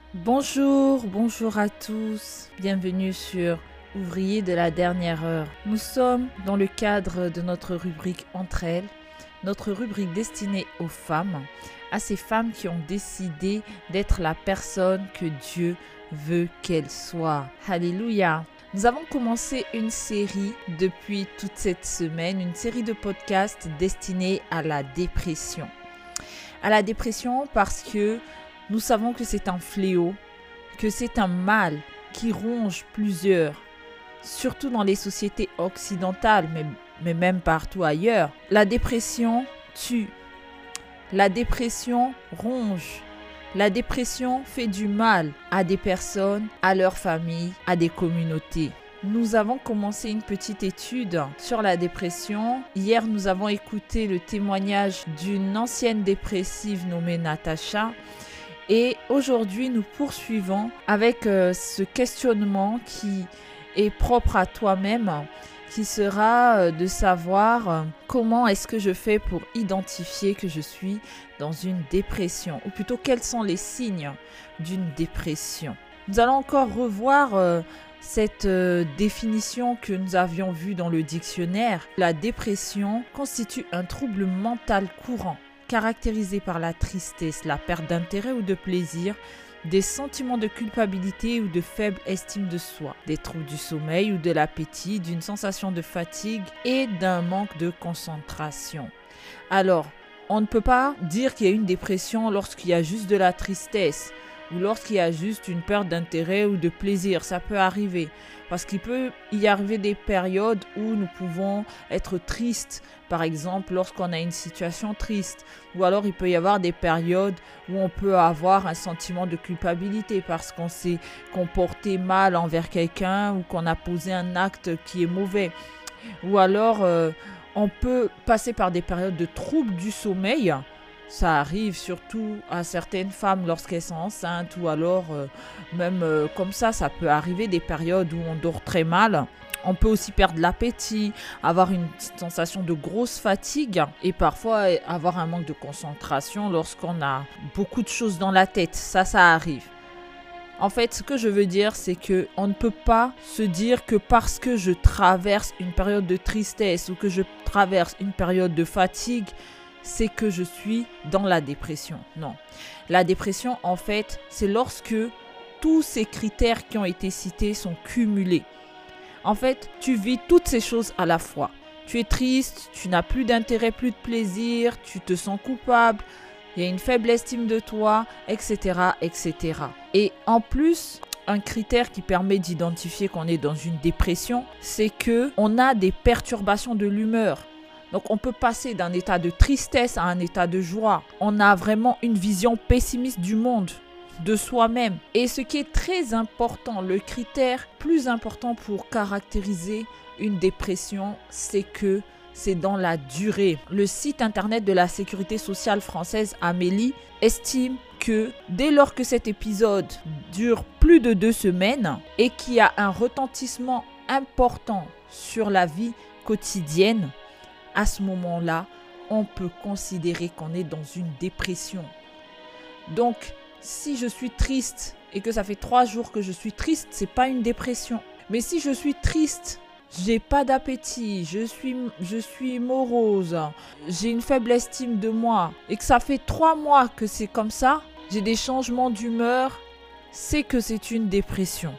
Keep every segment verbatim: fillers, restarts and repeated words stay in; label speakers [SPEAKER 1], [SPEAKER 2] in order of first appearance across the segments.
[SPEAKER 1] Bonjour, bonjour à tous. Bienvenue sur Ouvriers de la dernière heure. Nous sommes dans le cadre de notre rubrique Entre elles, notre rubrique destinée aux femmes, à ces femmes qui ont décidé d'être la personne que Dieu veut qu'elles soient. Alléluia. Nous avons commencé une série depuis toute cette semaine, une série de podcasts destinés à la dépression. À la dépression parce que nous savons que c'est un fléau, que c'est un mal qui ronge plusieurs, surtout dans les sociétés occidentales, mais, mais même partout ailleurs. La dépression tue, la dépression ronge, la dépression fait du mal à des personnes, à leurs familles, à des communautés. Nous avons commencé une petite étude sur la dépression. Hier, nous avons écouté le témoignage d'une ancienne dépressive nommée Natacha. Et aujourd'hui, nous poursuivons avec euh, ce questionnement qui est propre à toi-même, qui sera euh, de savoir euh, comment est-ce que je fais pour identifier que je suis dans une dépression, ou plutôt quels sont les signes d'une dépression. Nous allons encore revoir euh, cette euh, définition que nous avions vue dans le dictionnaire. La dépression constitue un trouble mental courant, caractérisé par la tristesse, la perte d'intérêt ou de plaisir, des sentiments de culpabilité ou de faible estime de soi, des troubles du sommeil ou de l'appétit, d'une sensation de fatigue et d'un manque de concentration. Alors, on ne peut pas dire qu'il y a une dépression lorsqu'il y a juste de la tristesse ou lorsqu'il y a juste une perte d'intérêt ou de plaisir. Ça peut arriver parce qu'il peut y arriver des périodes où nous pouvons être tristes, par exemple lorsqu'on a une situation triste, ou alors il peut y avoir des périodes où on peut avoir un sentiment de culpabilité parce qu'on s'est comporté mal envers quelqu'un ou qu'on a posé un acte qui est mauvais, ou alors euh, on peut passer par des périodes de troubles du sommeil. Ça arrive surtout à certaines femmes lorsqu'elles sont enceintes ou alors euh, même euh, comme ça, ça peut arriver des périodes où on dort très mal. On peut aussi perdre l'appétit, avoir une sensation de grosse fatigue et parfois avoir un manque de concentration lorsqu'on a beaucoup de choses dans la tête. Ça, ça arrive. En fait, ce que je veux dire, c'est qu'on ne peut pas se dire que parce que je traverse une période de tristesse ou que je traverse une période de fatigue, c'est que je suis dans la dépression. Non. La dépression, en fait, c'est lorsque tous ces critères qui ont été cités sont cumulés. En fait, tu vis toutes ces choses à la fois. Tu es triste, tu n'as plus d'intérêt, plus de plaisir, tu te sens coupable, il y a une faible estime de toi, et cetera, et cetera. Et en plus, un critère qui permet d'identifier qu'on est dans une dépression, c'est qu'on a des perturbations de l'humeur. Donc, on peut passer d'un état de tristesse à un état de joie. On a vraiment une vision pessimiste du monde, de soi-même. Et ce qui est très important, le critère plus important pour caractériser une dépression, c'est que c'est dans la durée. Le site internet de la sécurité sociale française, Amélie, estime que dès lors que cet épisode dure plus de deux semaines et qu'il y a un retentissement important sur la vie quotidienne, à ce moment-là, on peut considérer qu'on est dans une dépression. Donc, si je suis triste et que ça fait trois jours que je suis triste, c'est pas une dépression. Mais si je suis triste, j'ai pas d'appétit, je suis, je suis morose, j'ai une faible estime de moi et que ça fait trois mois que c'est comme ça, j'ai des changements d'humeur, c'est que c'est une dépression.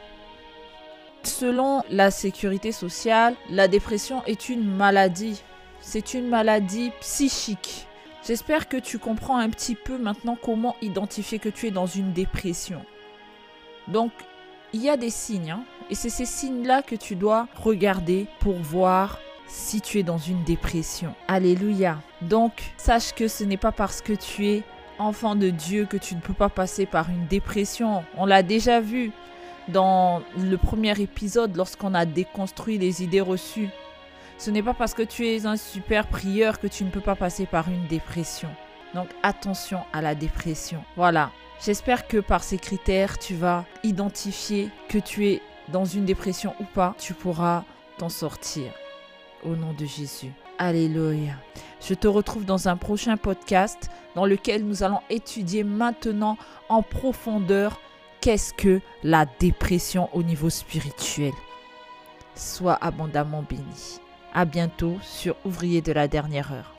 [SPEAKER 1] Selon la sécurité sociale, la dépression est une maladie. C'est une maladie psychique. J'espère que tu comprends un petit peu maintenant comment identifier que tu es dans une dépression. Donc, il y a des signes, hein, et c'est ces signes-là que tu dois regarder pour voir si tu es dans une dépression. Alléluia. Donc, sache que ce n'est pas parce que tu es enfant de Dieu que tu ne peux pas passer par une dépression. On l'a déjà vu dans le premier épisode lorsqu'on a déconstruit les idées reçues. Ce n'est pas parce que tu es un super prieur que tu ne peux pas passer par une dépression. Donc attention à la dépression. Voilà. J'espère que par ces critères, tu vas identifier que tu es dans une dépression ou pas. Tu pourras t'en sortir. Au nom de Jésus. Alléluia. Je te retrouve dans un prochain podcast dans lequel nous allons étudier maintenant en profondeur qu'est-ce que la dépression au niveau spirituel. Sois abondamment béni. À bientôt sur Ouvrier de la dernière heure.